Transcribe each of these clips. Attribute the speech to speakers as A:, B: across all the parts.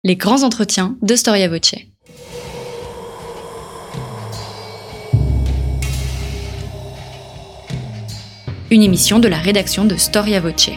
A: Les grands entretiens de Storia Voce. Une émission de la rédaction de Storia Voce.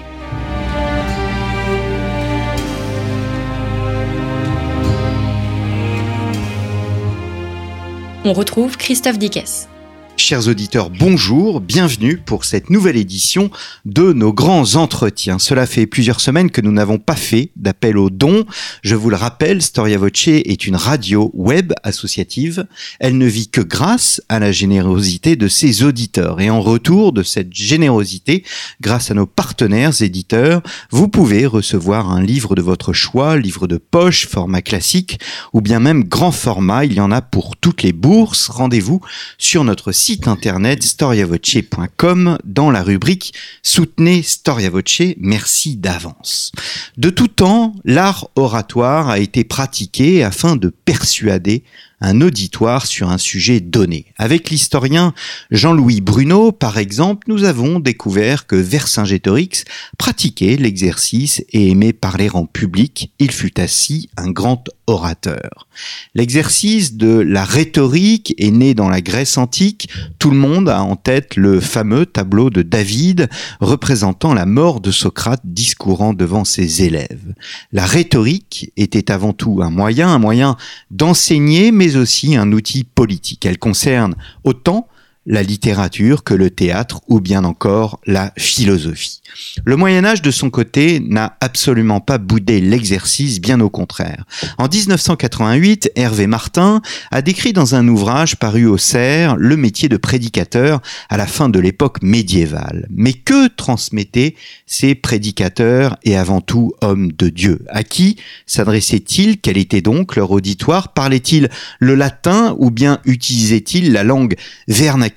A: On retrouve Christophe Dickès.
B: Chers auditeurs, bonjour, bienvenue pour cette nouvelle édition de nos grands entretiens. Cela fait plusieurs semaines que nous n'avons pas fait d'appel aux dons. Je vous le rappelle, Storia Voce est une radio web associative. Elle ne vit que grâce à la générosité de ses auditeurs. Et en retour de cette générosité, grâce à nos partenaires éditeurs, vous pouvez recevoir un livre de votre choix, livre de poche, format classique, ou bien même grand format. Il y en a pour toutes les bourses. Rendez-vous sur notre site internet storiavoce.com dans la rubrique Soutenez Storia Voce, merci d'avance. De tout temps, l'art oratoire a été pratiqué afin de persuader un auditoire sur un sujet donné. Avec l'historien Jean-Louis Bruno, par exemple, nous avons découvert que Vercingétorix pratiquait l'exercice et aimait parler en public. Il fut ainsi un grand orateur. L'exercice de la rhétorique est né dans la Grèce antique. Tout le monde a en tête le fameux tableau de David représentant la mort de Socrate discourant devant ses élèves. La rhétorique était avant tout un moyen d'enseigner, mais aussi un outil politique. Elle concerne autant la littérature que le théâtre ou bien encore la philosophie. Le Moyen-Âge, de son côté, n'a absolument pas boudé l'exercice, bien au contraire. En 1988, Hervé Martin a décrit dans un ouvrage paru au Cerf le métier de prédicateur à la fin de l'époque médiévale. Mais que transmettaient ces prédicateurs et avant tout hommes de Dieu? À qui s'adressaient-ils? Quel était donc leur auditoire? Parlaient-ils le latin ou bien utilisaient-ils la langue vernaculaire?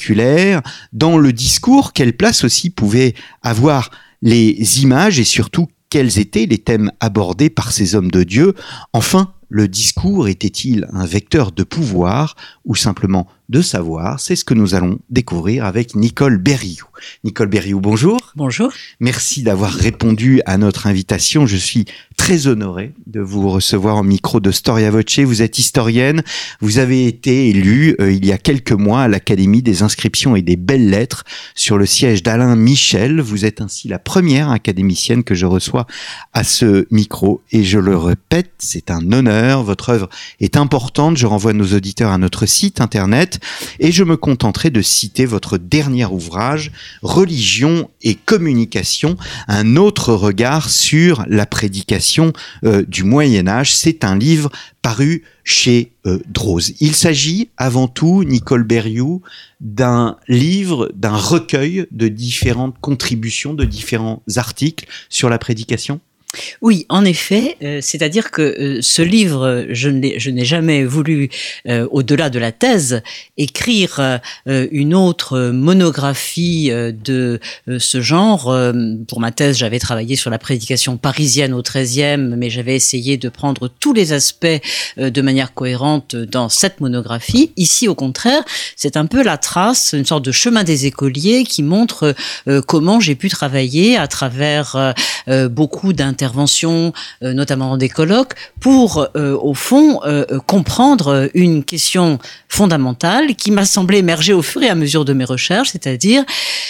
B: Dans le discours, quelle place aussi pouvaient avoir les images et surtout quels étaient les thèmes abordés par ces hommes de Dieu? Enfin, le discours était-il un vecteur de pouvoir ou simplement de savoir? C'est ce que nous allons découvrir avec Nicole Berrioux. Nicole Berrioux, bonjour.
C: Bonjour.
B: Merci d'avoir répondu à notre invitation. Je suis très honoré de vous recevoir au micro de Storia Voce. Vous êtes historienne. Vous avez été élue il y a quelques mois à l'Académie des inscriptions et des belles lettres sur le siège d'Alain Michel. Vous êtes ainsi la première académicienne que je reçois à ce micro. Et je le répète, c'est un honneur. Votre œuvre est importante. Je renvoie nos auditeurs à notre site internet et je me contenterai de citer votre dernier ouvrage, Religion et communication, un autre regard sur la prédication du Moyen-Âge. C'est un livre paru chez Drose. Il s'agit avant tout, Nicole Berrioux, d'un livre, d'un recueil de différentes contributions, de différents articles sur la prédication.
C: Oui, en effet, c'est-à-dire que ce livre, je n'ai jamais voulu, au-delà de la thèse, écrire une autre monographie de ce genre. Pour ma thèse, j'avais travaillé sur la prédication parisienne au XIIIe, mais j'avais essayé de prendre tous les aspects de manière cohérente dans cette monographie. Ici, au contraire, c'est un peu la trace, une sorte de chemin des écoliers qui montre comment j'ai pu travailler à travers beaucoup d'interventions, notamment dans des colloques, pour, au fond, comprendre une question fondamentale qui m'a semblé émerger au fur et à mesure de mes recherches, c'est-à-dire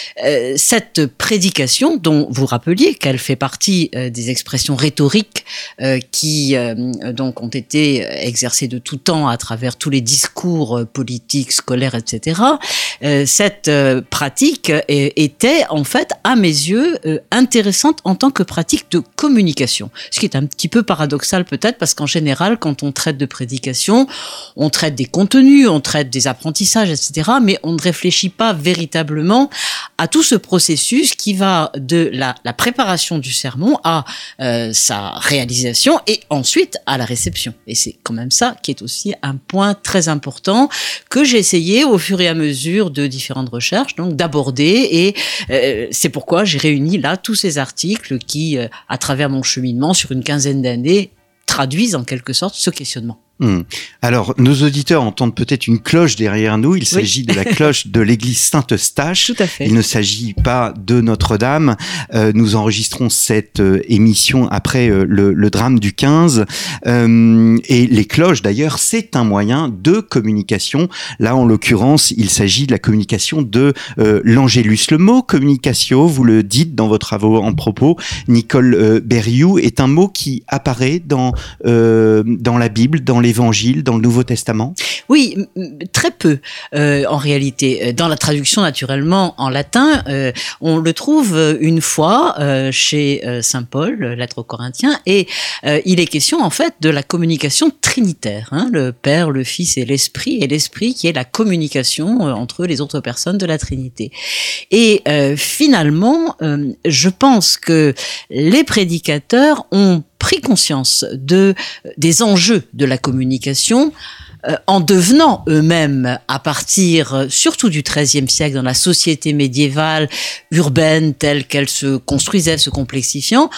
C: cette prédication dont vous rappeliez qu'elle fait partie des expressions rhétoriques qui donc ont été exercées de tout temps à travers tous les discours politiques, scolaires, etc. Cette pratique était en fait, à mes yeux, intéressante en tant que pratique de communication. Ce qui est un petit peu paradoxal peut-être parce qu'en général, quand on traite de prédication, on traite des contenus, on traite des apprentissages, etc. Mais on ne réfléchit pas véritablement à tout ce processus qui va de la préparation du sermon à sa réalisation et ensuite à la réception. Et c'est quand même ça qui est aussi un point très important que j'ai essayé au fur et à mesure de différentes recherches donc d'aborder et c'est pourquoi j'ai réuni là tous ces articles qui, à travers mon cheminement sur une quinzaine d'années, traduisent en quelque sorte ce questionnement.
B: Alors, nos auditeurs entendent peut-être une cloche derrière nous. Il s'agit de la cloche de l'église Saint-Eustache.
C: Tout à fait.
B: Il ne s'agit pas de Notre-Dame. Nous enregistrons cette émission après le drame du 15. Et les cloches, d'ailleurs, c'est un moyen de communication. Là, en l'occurrence, il s'agit de la communication de l'Angélus. Le mot communicatio, vous le dites dans vos travaux en propos, Nicole Berrioux, est un mot qui apparaît dans la Bible, dans l'Évangile, dans le Nouveau Testament?
C: Oui, très peu en réalité. Dans la traduction naturellement en latin, on le trouve une fois chez Saint Paul, lettre aux Corinthiens, et il est question en fait de la communication trinitaire, le Père, le Fils et l'Esprit qui est la communication entre les autres personnes de la Trinité. Et finalement, je pense que les prédicateurs ont pris conscience des enjeux de la communication en devenant eux-mêmes, à partir surtout du XIIIe siècle, dans la société médiévale urbaine telle qu'elle se construisait, se complexifiant,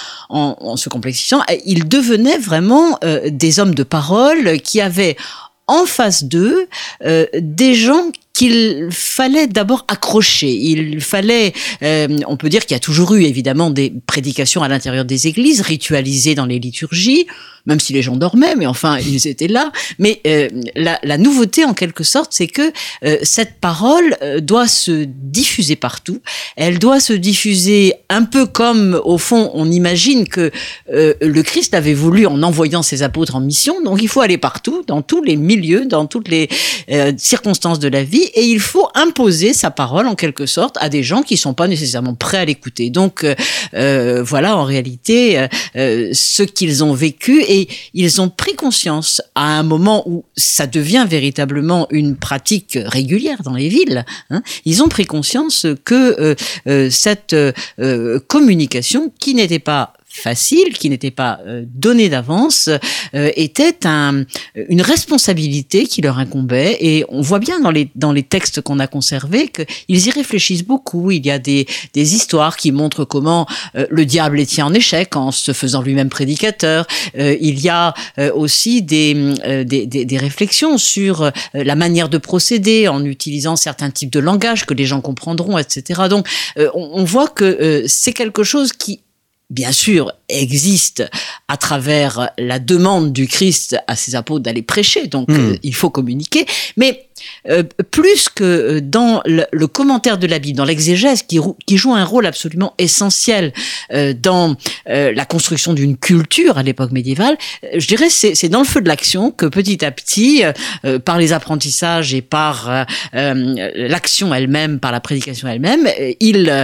C: ils devenaient vraiment des hommes de parole qui avaient en face d'eux des gens qu'il fallait d'abord accrocher. Il fallait, on peut dire qu'il y a toujours eu évidemment des prédications à l'intérieur des églises, ritualisées dans les liturgies, même si les gens dormaient, mais enfin ils étaient là. Mais la nouveauté en quelque sorte, c'est que cette parole doit se diffuser partout. Elle doit se diffuser un peu comme au fond on imagine que le Christ avait voulu en envoyant ses apôtres en mission. Donc il faut aller partout, dans tous les milieux, dans toutes les circonstances de la vie. Et il faut imposer sa parole en quelque sorte à des gens qui sont pas nécessairement prêts à l'écouter. Donc voilà en réalité ce qu'ils ont vécu, et ils ont pris conscience à un moment où ça devient véritablement une pratique régulière dans les villes. Ils ont pris conscience que cette communication qui n'était pas facile, qui n'était pas donnée d'avance, était une responsabilité qui leur incombait. Et on voit bien dans les textes qu'on a conservés qu'ils y réfléchissent beaucoup. Il y a des histoires qui montrent comment le diable est tient en échec en se faisant lui-même prédicateur. Il y a aussi des réflexions sur la manière de procéder en utilisant certains types de langage que les gens comprendront, etc. Donc on voit que c'est quelque chose qui bien sûr, existe à travers la demande du Christ à ses apôtres d'aller prêcher. Donc, il faut communiquer. Mais plus que dans le commentaire de la Bible, dans l'exégèse, qui joue un rôle absolument essentiel dans la construction d'une culture à l'époque médiévale, je dirais c'est dans le feu de l'action que petit à petit, par les apprentissages et par l'action elle-même, par la prédication elle-même, ils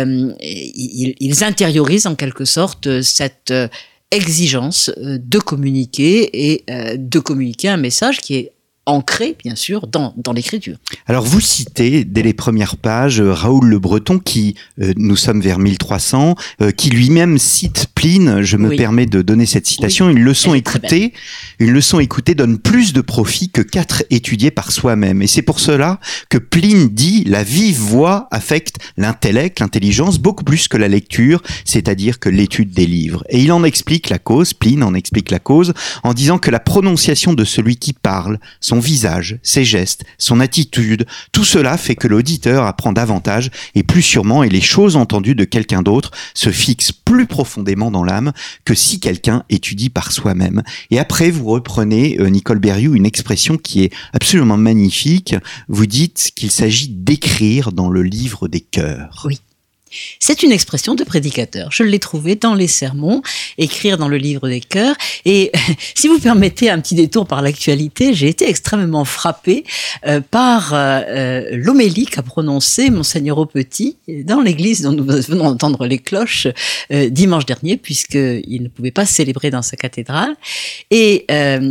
C: intériorisent en quelque sorte cette exigence de communiquer et de communiquer un message qui est ancré, bien sûr, dans l'écriture.
B: Alors, vous citez, dès les premières pages, Raoul Le Breton, qui, nous sommes vers 1300, qui lui-même cite Pline. Je me permets de donner cette citation. Oui. Une leçon écoutée donne plus de profit que 4 étudiées par soi-même. Et c'est pour cela que Pline dit, la vive voix affecte l'intellect, l'intelligence, beaucoup plus que la lecture, c'est-à-dire que l'étude des livres. Et il en explique la cause, Pline en explique la cause, en disant que la prononciation de celui qui parle, son visage, ses gestes, son attitude, tout cela fait que l'auditeur apprend davantage et plus sûrement, et les choses entendues de quelqu'un d'autre se fixent plus profondément dans l'âme que si quelqu'un étudie par soi-même. Et après, vous reprenez, Nicole Berrioux, une expression qui est absolument magnifique. Vous dites qu'il s'agit d'écrire dans le livre des cœurs.
C: Oui. C'est une expression de prédicateur. Je l'ai trouvée dans les sermons, écrire dans le livre des cœurs. Et si vous permettez un petit détour par l'actualité, j'ai été extrêmement frappée par l'homélie qu'a prononcée Monseigneur Aupetit dans l'église dont nous venons d'entendre les cloches dimanche dernier, puisqu'il ne pouvait pas célébrer dans sa cathédrale. Et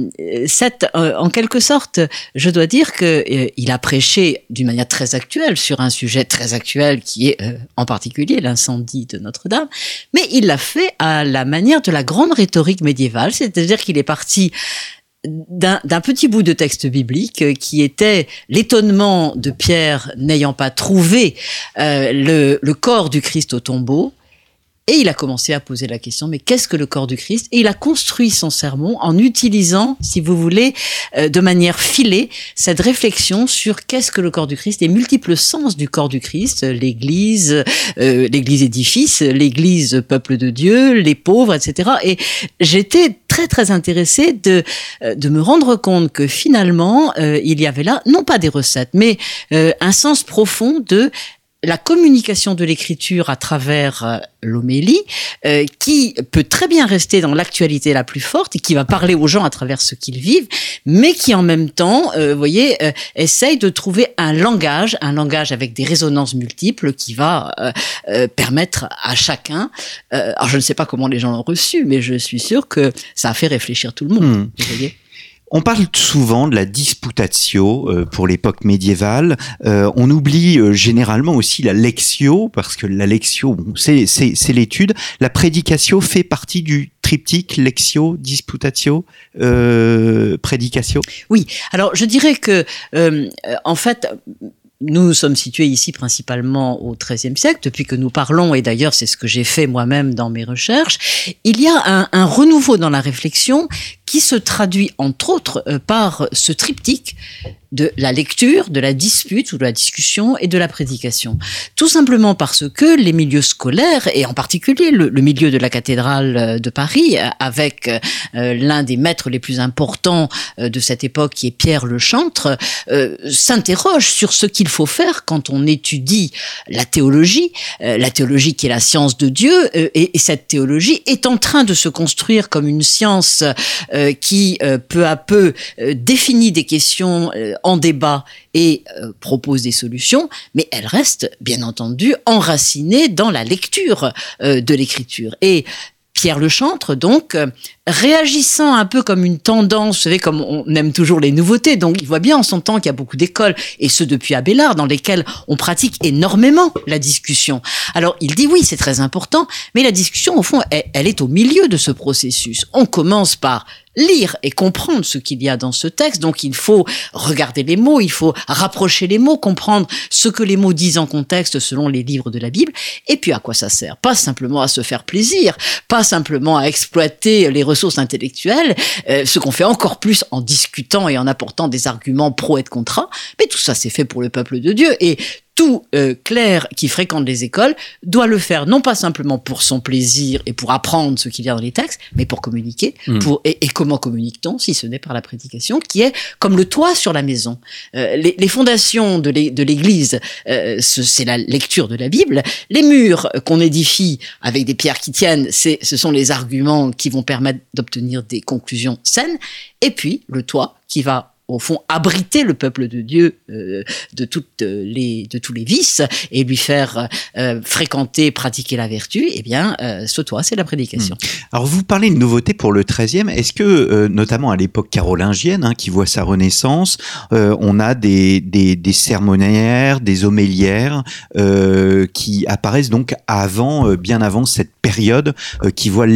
C: en quelque sorte, je dois dire qu'il a prêché d'une manière très actuelle sur un sujet très actuel qui est en particulier l'incendie de Notre-Dame, mais il l'a fait à la manière de la grande rhétorique médiévale, c'est-à-dire qu'il est parti d'un petit bout de texte biblique qui était l'étonnement de Pierre n'ayant pas trouvé le corps du Christ au tombeau, Et il a commencé à poser la question, mais qu'est-ce que le corps du Christ? Et il a construit son sermon en utilisant, si vous voulez, de manière filée, cette réflexion sur qu'est-ce que le corps du Christ, les multiples sens du corps du Christ, l'église, l'église édifice, l'église peuple de Dieu, les pauvres, etc. Et j'étais très très intéressée de me rendre compte que finalement, il y avait là, non pas des recettes, mais un sens profond de la communication de l'écriture à travers l'homélie, qui peut très bien rester dans l'actualité la plus forte et qui va parler aux gens à travers ce qu'ils vivent, mais qui en même temps, essaye de trouver un langage avec des résonances multiples qui va permettre à chacun. Alors je ne sais pas comment les gens l'ont reçu, mais je suis sûre que ça a fait réfléchir tout le monde. Vous voyez.
B: On parle souvent de la disputatio pour l'époque médiévale. On oublie généralement aussi la lectio, parce que la lectio, bon, c'est l'étude. La prédicatio fait partie du triptyque lectio, disputatio, prédicatio.
C: Oui, alors je dirais que en fait, nous sommes situés ici principalement au XIIIe siècle, depuis que nous parlons, et d'ailleurs c'est ce que j'ai fait moi-même dans mes recherches. Il y a un renouveau dans la réflexion qui se traduit entre autres par ce triptyque de la lecture, de la dispute ou de la discussion et de la prédication. Tout simplement parce que les milieux scolaires, et en particulier le milieu de la cathédrale de Paris, avec l'un des maîtres les plus importants de cette époque qui est Pierre le Chantre, s'interroge sur ce qu'il faut faire quand on étudie la théologie qui est la science de Dieu, et cette théologie est en train de se construire comme une science qui peu à peu définit des questions en débat et propose des solutions, mais elle reste bien entendu enracinée dans la lecture de l'écriture. Et Pierre le Chantre, donc, réagissant un peu comme une tendance, vous savez, comme on aime toujours les nouveautés, donc il voit bien en son temps qu'il y a beaucoup d'écoles, et ce depuis Abélard, dans lesquelles on pratique énormément la discussion. Alors il dit oui, c'est très important, mais la discussion, au fond, elle est au milieu de ce processus. On commence par lire et comprendre ce qu'il y a dans ce texte, donc il faut regarder les mots, il faut rapprocher les mots, comprendre ce que les mots disent en contexte selon les livres de la Bible, et puis à quoi ça sert? Pas simplement à se faire plaisir, pas simplement à exploiter les ressources intellectuelles, ce qu'on fait encore plus en discutant et en apportant des arguments pro et contra, mais tout ça c'est fait pour le peuple de Dieu, et tout clerc qui fréquente les écoles doit le faire non pas simplement pour son plaisir et pour apprendre ce qu'il y a dans les textes, mais pour communiquer. Et comment communique-t-on si ce n'est par la prédication, qui est comme le toit sur la maison. Les fondations de l'Église, c'est la lecture de la Bible. Les murs qu'on édifie avec des pierres qui tiennent, ce sont les arguments qui vont permettre d'obtenir des conclusions saines. Et puis le toit qui va au fond, abriter le peuple de Dieu de tous les vices et lui faire fréquenter, pratiquer la vertu, eh bien, ce toit, c'est la prédication.
B: Alors, vous parlez de nouveauté pour le XIIIe. Est-ce que, notamment à l'époque carolingienne, qui voit sa renaissance, on a des sermoniaires, des homélières qui apparaissent donc bien avant cette période qui voit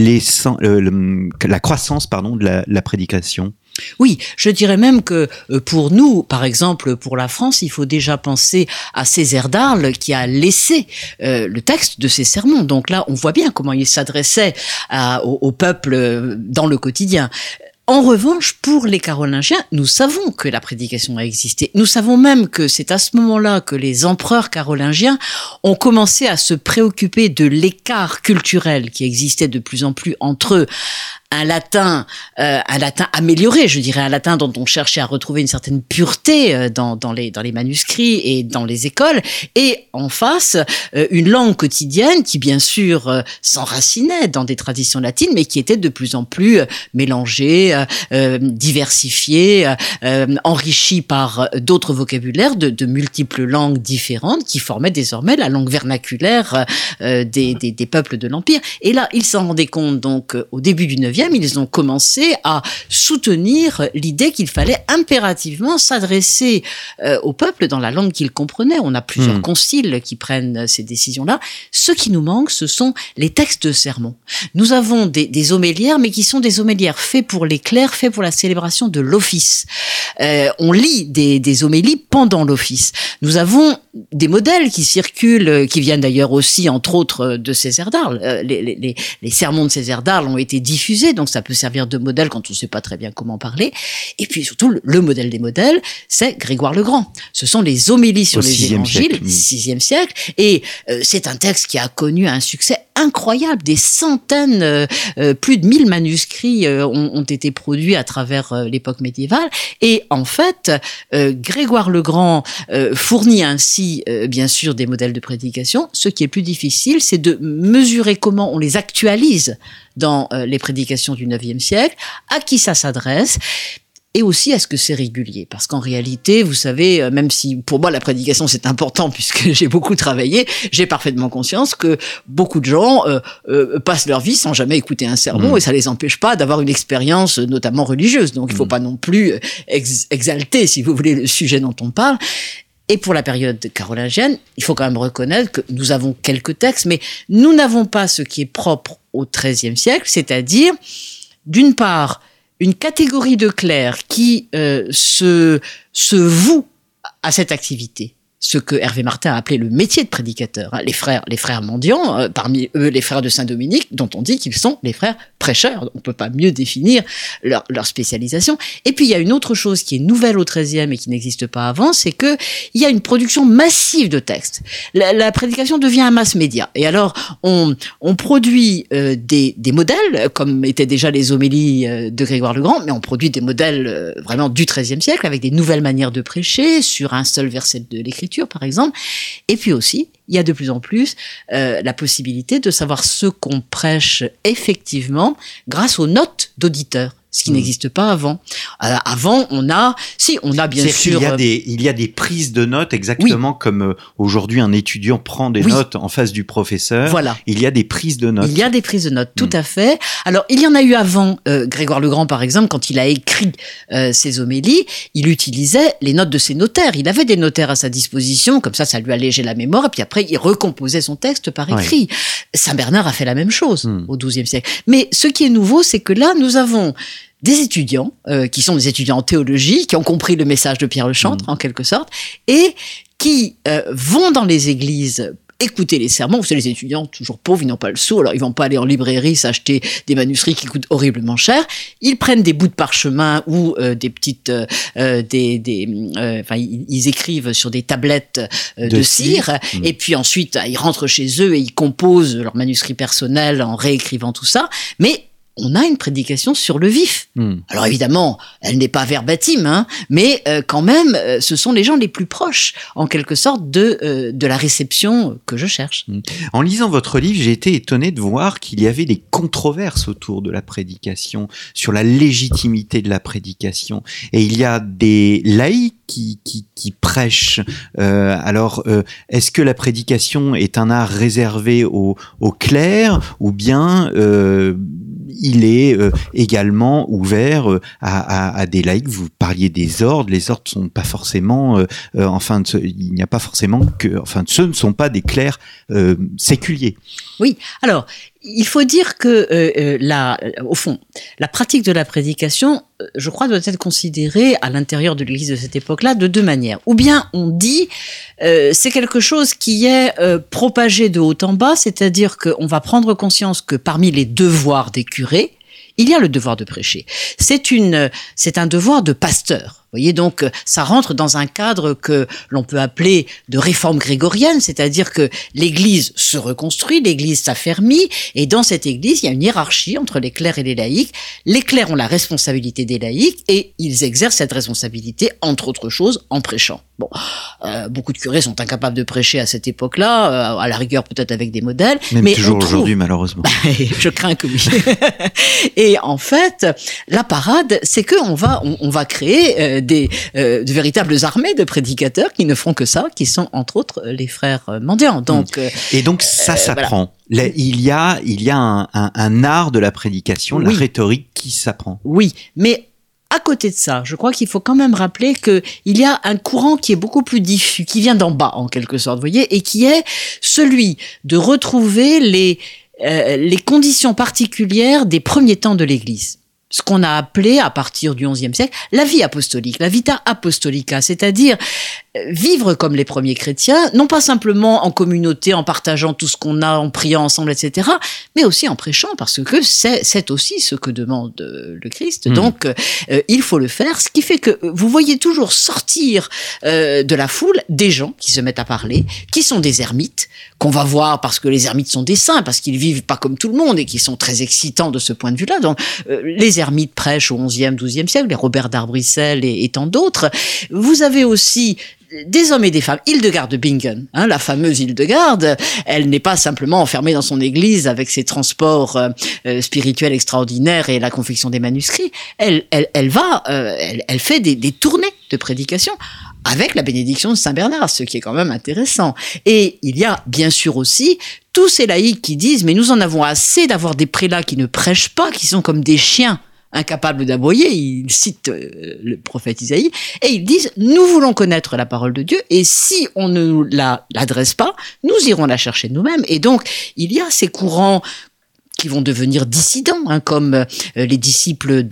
B: la croissance, de la prédication?
C: Oui, je dirais même que pour nous, par exemple pour la France, il faut déjà penser à Césaire d'Arles qui a laissé le texte de ses sermons. Donc là, on voit bien comment il s'adressait au peuple dans le quotidien. En revanche, pour les Carolingiens, nous savons que la prédication a existé. Nous savons même que c'est à ce moment-là que les empereurs carolingiens ont commencé à se préoccuper de l'écart culturel qui existait de plus en plus entre eux. Un latin amélioré, je dirais, un latin dont on cherchait à retrouver une certaine pureté dans les manuscrits et dans les écoles, et en face une langue quotidienne qui bien sûr s'enracinait dans des traditions latines, mais qui était de plus en plus mélangée, diversifiée, enrichie par d'autres vocabulaires de multiples langues différentes qui formaient désormais la langue vernaculaire des peuples de l'Empire. Et là, ils s'en rendaient compte donc au début du 9e XIXe, ils ont commencé à soutenir l'idée qu'il fallait impérativement s'adresser au peuple dans la langue qu'il comprenait. On a plusieurs conciles qui prennent ces décisions-là. Ce qui nous manque, ce sont les textes de sermons. Nous avons des homélières, mais qui sont des homélières faits pour les clercs, faits pour la célébration de l'office. On lit des homélies pendant l'office. Nous avons des modèles qui circulent, qui viennent d'ailleurs aussi, entre autres, de Césaire d'Arles. Les sermons de Césaire d'Arles ont été diffusés, donc ça peut servir de modèle quand on ne sait pas très bien comment parler. Et puis surtout, le modèle des modèles, c'est Grégoire le Grand. Ce sont les homélies sur les évangiles, VIe siècle, et c'est un texte qui a connu un succès incroyable. Des centaines, plus de 1000 manuscrits ont été produits à travers l'époque médiévale. Et en fait, Grégoire le Grand fournit ainsi, bien sûr, des modèles de prédication. Ce qui est plus difficile, c'est de mesurer comment on les actualise dans les prédications du IXe siècle, à qui ça s'adresse. Et aussi, est-ce que c'est régulier? Parce qu'en réalité, vous savez, même si pour moi la prédication c'est important puisque j'ai beaucoup travaillé, j'ai parfaitement conscience que beaucoup de gens passent leur vie sans jamais écouter un sermon et ça les empêche pas d'avoir une expérience notamment religieuse. Donc il faut pas non plus exalter, si vous voulez, le sujet dont on parle. Et pour la période carolingienne, il faut quand même reconnaître que nous avons quelques textes, mais nous n'avons pas ce qui est propre au XIIIe siècle, c'est-à-dire, d'une part, une catégorie de clercs qui se voue à cette activité, ce que Hervé Martin a appelé le métier de prédicateur. Les frères mendiants, parmi eux les frères de Saint-Dominique, dont on dit qu'ils sont les frères prêcheurs. On ne peut pas mieux définir leur spécialisation. Et puis il y a une autre chose qui est nouvelle au XIIIe et qui n'existe pas avant, c'est que il y a une production massive de textes. La prédication devient un mass média. Et alors on produit des modèles, comme étaient déjà les homélies de Grégoire le Grand, mais on produit des modèles vraiment du XIIIe siècle avec des nouvelles manières de prêcher sur un seul verset de l'Écriture, par exemple. Et puis aussi, il y a de plus en plus la possibilité de savoir ce qu'on prêche effectivement grâce aux notes d'auditeurs, ce qui n'existe pas avant. Avant, on a bien sûr...
B: Il y a des prises de notes exactement comme aujourd'hui un étudiant prend des notes en face du professeur.
C: Voilà.
B: Il y a des prises de notes.
C: Il y a des prises de notes, tout à fait. Alors, il y en a eu avant. Grégoire le Grand, par exemple, quand il a écrit ses homélies, il utilisait les notes de ses notaires. Il avait des notaires à sa disposition, comme ça lui allégeait la mémoire, et puis après, il recomposait son texte par écrit. Ouais. Saint Bernard a fait la même chose au XIIe siècle. Mais ce qui est nouveau, c'est que là, nous avons des étudiants, qui sont des étudiants en théologie, qui ont compris le message de Pierre le Chantre, en quelque sorte, et qui vont dans les églises écouter les sermons. Vous savez, les étudiants, toujours pauvres, ils n'ont pas le sou, alors ils vont pas aller en librairie s'acheter des manuscrits qui coûtent horriblement cher. Ils prennent des bouts de parchemin ou des petites, ils écrivent sur des tablettes de cire, et puis ensuite, ils rentrent chez eux et ils composent leur manuscrit personnel en réécrivant tout ça. Mais on a une prédication sur le vif. Alors évidemment, elle n'est pas verbatim, mais quand même, ce sont les gens les plus proches, en quelque sorte, de la réception que je cherche.
B: En lisant votre livre, j'ai été étonné de voir qu'il y avait des controverses autour de la prédication, sur la légitimité de la prédication. Et il y a des laïcs qui prêchent. Est-ce que la prédication est un art réservé aux clercs, ou bien il est également ouvert à des laïcs? Vous parliez des ordres. Les ordres sont pas forcément, il n'y a pas forcément ce ne sont pas des clercs séculiers.
C: Oui. Alors, il faut dire que au fond, la pratique de la prédication, je crois, doit être considérée à l'intérieur de l'Église de cette époque-là de deux manières. Ou bien on dit c'est quelque chose qui est propagé de haut en bas, c'est-à-dire qu'on va prendre conscience que parmi les devoirs des curés, il y a le devoir de prêcher. C'est un devoir de pasteur. Vous voyez, donc ça rentre dans un cadre que l'on peut appeler de réforme grégorienne, c'est-à-dire que l'Église se reconstruit, l'Église s'affermit, et dans cette Église, il y a une hiérarchie entre les clercs et les laïcs. Les clercs ont la responsabilité des laïcs, et ils exercent cette responsabilité, entre autres choses, en prêchant. Bon, beaucoup de curés sont incapables de prêcher à cette époque-là, à la rigueur peut-être avec des modèles.
B: Mais toujours aujourd'hui, malheureusement.
C: Je crains que oui. Et en fait, la parade, c'est qu'on va créer de véritables armées de prédicateurs qui ne font que ça, qui sont entre autres les frères mendiants. Donc,
B: et donc ça s'apprend. Voilà. Il y a un art de la prédication, la rhétorique qui s'apprend.
C: Oui, mais à côté de ça, je crois qu'il faut quand même rappeler que il y a un courant qui est beaucoup plus diffus, qui vient d'en bas en quelque sorte, vous voyez, et qui est celui de retrouver les conditions particulières des premiers temps de l'Église. Ce qu'on a appelé, à partir du XIe siècle, la vie apostolique, la vita apostolica, c'est-à-dire vivre comme les premiers chrétiens, non pas simplement en communauté, en partageant tout ce qu'on a, en priant ensemble, etc., mais aussi en prêchant, parce que c'est aussi ce que demande le Christ. Donc, il faut le faire, ce qui fait que vous voyez toujours sortir de la foule des gens qui se mettent à parler, qui sont des ermites, qu'on va voir parce que les ermites sont des saints, parce qu'ils vivent pas comme tout le monde et qui sont très excitants de ce point de vue-là. Donc, les ermites prêchent au XIe, XIIe siècle, les Robert d'Arbrissel et tant d'autres. Vous avez aussi des hommes et des femmes. Hildegard de Bingen, la fameuse Hildegard, elle n'est pas simplement enfermée dans son église avec ses transports spirituels extraordinaires et la confection des manuscrits. Elle fait des tournées de prédication avec la bénédiction de Saint Bernard, ce qui est quand même intéressant. Et il y a bien sûr aussi tous ces laïcs qui disent « mais nous en avons assez d'avoir des prélats qui ne prêchent pas, qui sont comme des chiens incapables d'aboyer », ils citent le prophète Isaïe, et ils disent « nous voulons connaître la parole de Dieu, et si on ne l'adresse pas, nous irons la chercher nous-mêmes ». Et donc, il y a ces courants qui vont devenir dissidents, comme les disciples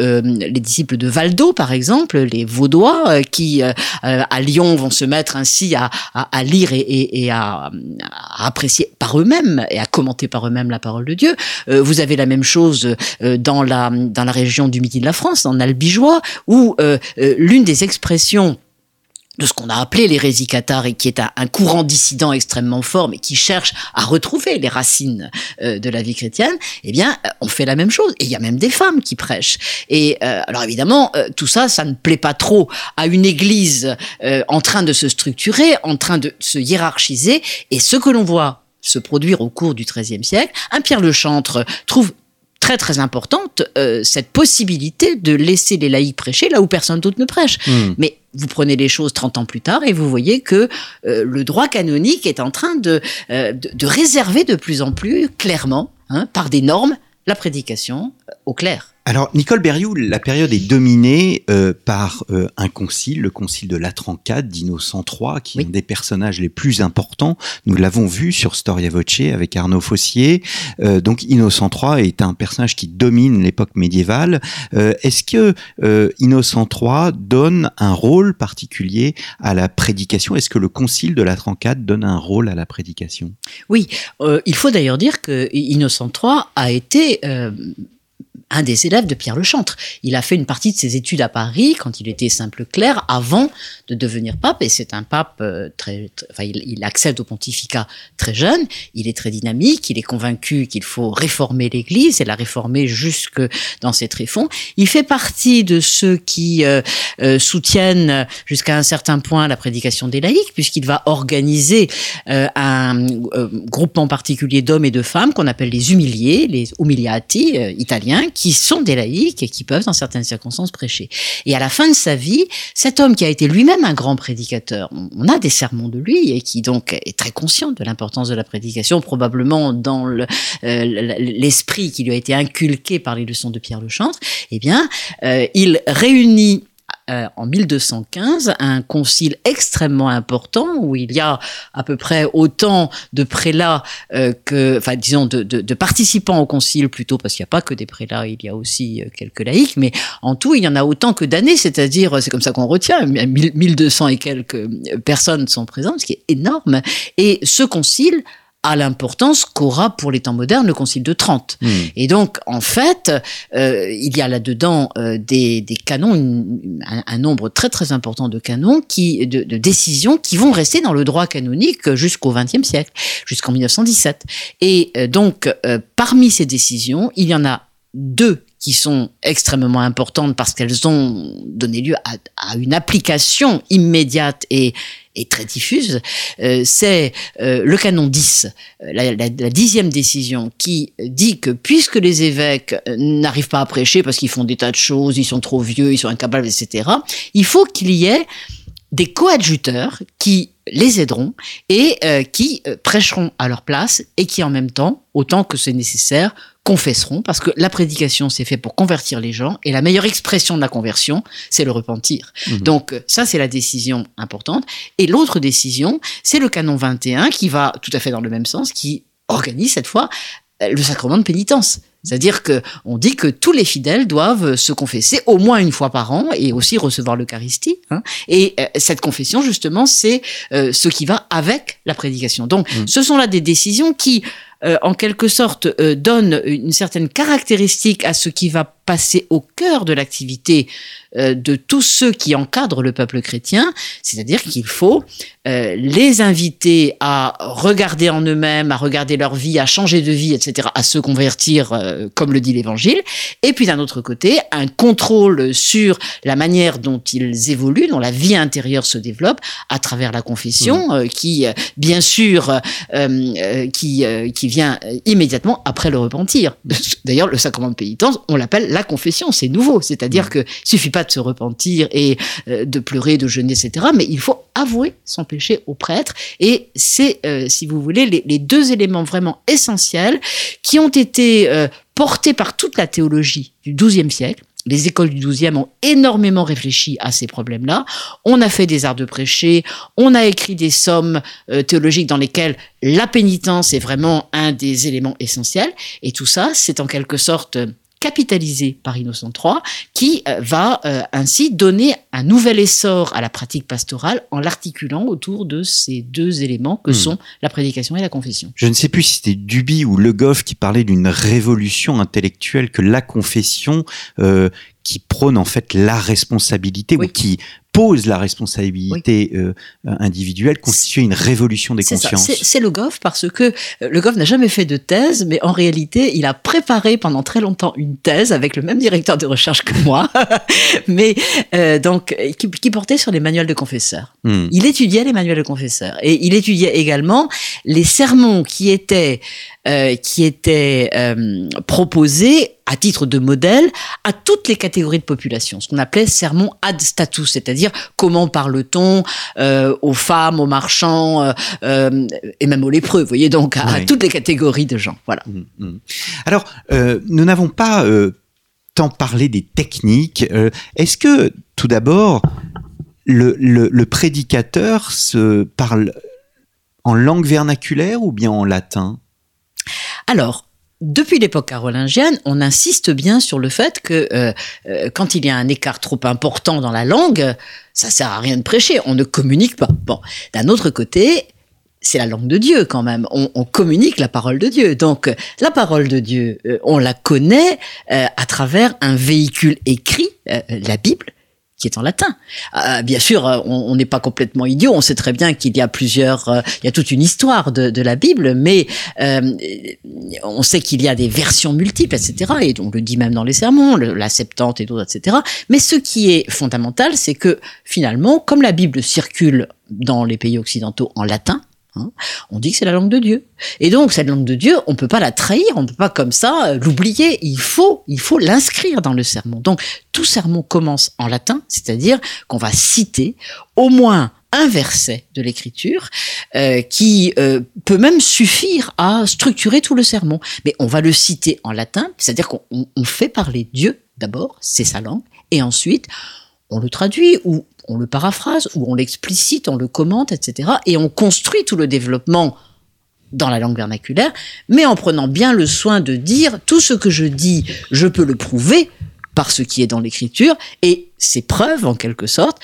C: de Valdo, par exemple, les Vaudois, qui à Lyon vont se mettre ainsi à lire et à apprécier par eux-mêmes et à commenter par eux-mêmes la parole de Dieu. Vous avez la même chose dans la région du Midi de la France, en Albigeois, où l'une des expressions de ce qu'on a appelé l'hérésie cathare et qui est un courant dissident extrêmement fort, mais qui cherche à retrouver les racines de la vie chrétienne, eh bien, on fait la même chose. Et il y a même des femmes qui prêchent. Et alors évidemment, tout ça, ça ne plaît pas trop à une église en train de se structurer, en train de se hiérarchiser. Et ce que l'on voit se produire au cours du XIIIe siècle, Pierre Lechantre trouve très très importante cette possibilité de laisser les laïcs prêcher là où personne d'autre ne prêche. Mais vous prenez les choses 30 ans plus tard et vous voyez que le droit canonique est en train de réserver de plus en plus clairement, par des normes, la prédication au clerc.
B: Alors, Nicole Berrioux, la période est dominée par un concile, le concile de Latran IV d'Innocent III, qui est un des personnages les plus importants. Nous l'avons vu sur Storia Voce avec Arnaud Fossier. Donc, Innocent III est un personnage qui domine l'époque médiévale. Est-ce que Innocent III donne un rôle particulier à la prédication ? Est-ce que le concile de Latran IV donne un rôle à la prédication ?
C: Oui, il faut d'ailleurs dire que Innocent III a été un des élèves de Pierre Lechantre. Il a fait une partie de ses études à Paris quand il était simple clerc avant de devenir pape, et c'est un pape il accède au pontificat très jeune, il est très dynamique, il est convaincu qu'il faut réformer l'Église et la réformer jusque dans ses tréfonds. Il fait partie de ceux qui soutiennent jusqu'à un certain point la prédication des laïcs, puisqu'il va organiser un groupement particulier d'hommes et de femmes qu'on appelle les umiliés, les umiliati italiens, qui sont des laïcs et qui peuvent, dans certaines circonstances, prêcher. Et à la fin de sa vie, cet homme qui a été lui-même un grand prédicateur, on a des sermons de lui et qui donc est très conscient de l'importance de la prédication, probablement dans l'esprit qui lui a été inculqué par les leçons de Pierre Lechantre, eh bien, il réunit en 1215, un concile extrêmement important où il y a à peu près autant de prélats de participants au concile plutôt, parce qu'il n'y a pas que des prélats, il y a aussi quelques laïcs, mais en tout, il y en a autant que d'années, c'est-à-dire, c'est comme ça qu'on retient, 1200 et quelques personnes sont présentes, ce qui est énorme. Et ce concile à l'importance qu'aura pour les temps modernes le Concile de Trente. Et donc, en fait, il y a là-dedans des canons, un nombre très très important de canons, de décisions qui vont rester dans le droit canonique jusqu'au XXe siècle, jusqu'en 1917. Et donc, parmi ces décisions, il y en a deux qui sont extrêmement importantes parce qu'elles ont donné lieu à une application immédiate et très diffuse, c'est le canon 10, la 10e décision, qui dit que puisque les évêques n'arrivent pas à prêcher parce qu'ils font des tas de choses, ils sont trop vieux, ils sont incapables, etc., il faut qu'il y ait des coadjuteurs qui les aideront et qui prêcheront à leur place et qui en même temps, autant que c'est nécessaire, confesseront, parce que la prédication c'est fait pour convertir les gens et la meilleure expression de la conversion c'est le repentir. Donc ça c'est la décision importante. Et l'autre décision c'est le canon 21 qui va tout à fait dans le même sens, qui organise cette fois le sacrement de pénitence. C'est-à-dire que on dit que tous les fidèles doivent se confesser au moins une fois par an et aussi recevoir l'Eucharistie. Et cette confession, justement, c'est ce qui va avec la prédication. Donc, ce sont là des décisions qui, en quelque sorte, donnent une certaine caractéristique à ce qui va passer au cœur de l'activité de tous ceux qui encadrent le peuple chrétien, c'est-à-dire qu'il faut les inviter à regarder en eux-mêmes, à regarder leur vie, à changer de vie, etc., à se convertir, comme le dit l'Évangile, et puis d'un autre côté, un contrôle sur la manière dont ils évoluent, dont la vie intérieure se développe à travers la confession, qui, bien sûr, qui vient immédiatement après le repentir. D'ailleurs, le sacrement de pénitence, on l'appelle la confession, c'est nouveau, c'est-à-dire que suffit pas de se repentir et de pleurer, de jeûner, etc., mais il faut avouer son péché au prêtre, et c'est, si vous voulez, les deux éléments vraiment essentiels qui ont été portés par toute la théologie du XIIe siècle. Les écoles du XIIe ont énormément réfléchi à ces problèmes-là. On a fait des arts de prêcher, on a écrit des sommes théologiques dans lesquelles la pénitence est vraiment un des éléments essentiels. Et tout ça, c'est en quelque sorte capitalisé par Innocent III, qui va ainsi donner un nouvel essor à la pratique pastorale en l'articulant autour de ces deux éléments que sont la prédication et la confession.
B: Je ne sais plus si c'était Duby ou Le Goff qui parlait d'une révolution intellectuelle, que la confession qui prône en fait la responsabilité, ou qui pose la responsabilité individuelle, constitue une révolution des consciences.
C: C'est Le Goff, parce que Le Goff n'a jamais fait de thèse, mais en réalité, il a préparé pendant très longtemps une thèse avec le même directeur de recherche que moi, mais donc qui portait sur les manuels de confesseurs. Il étudiait les manuels de confesseurs et il étudiait également les sermons qui étaient proposés à titre de modèle à toutes les catégories de population, ce qu'on appelait sermon ad status, c'est-à-dire comment parle-t-on aux femmes, aux marchands et même aux lépreux, vous voyez, donc à toutes les catégories de gens. Voilà.
B: Alors, nous n'avons pas tant parlé des techniques. Est-ce que, tout d'abord, le prédicateur se parle en langue vernaculaire ou bien en latin ?
C: Alors, depuis l'époque carolingienne, on insiste bien sur le fait que quand il y a un écart trop important dans la langue, ça sert à rien de prêcher, on ne communique pas. Bon, d'un autre côté, c'est la langue de Dieu quand même, on communique la parole de Dieu. Donc la parole de Dieu, on la connaît à travers un véhicule écrit, la Bible, qui est en latin. Bien sûr, on n'est pas complètement idiot, on sait très bien qu'il y a il y a toute une histoire de la Bible, mais on sait qu'il y a des versions multiples, etc. Et on le dit même dans les sermons, la Septante et d'autres, etc. Mais ce qui est fondamental, c'est que finalement, comme la Bible circule dans les pays occidentaux en latin, on dit que c'est la langue de Dieu. Et donc, cette langue de Dieu, on peut pas la trahir, on peut pas comme ça l'oublier. Il faut l'inscrire dans le sermon. Donc, tout sermon commence en latin, c'est-à-dire qu'on va citer au moins un verset de l'écriture qui peut même suffire à structurer tout le sermon. Mais on va le citer en latin, c'est-à-dire qu'on fait parler Dieu d'abord, c'est sa langue, et ensuite on le traduit ou on le paraphrase, ou on l'explicite, on le commente, etc. Et on construit tout le développement dans la langue vernaculaire, mais en prenant bien le soin de dire tout ce que je dis, je peux le prouver par ce qui est dans l'écriture, et ces preuves, en quelque sorte,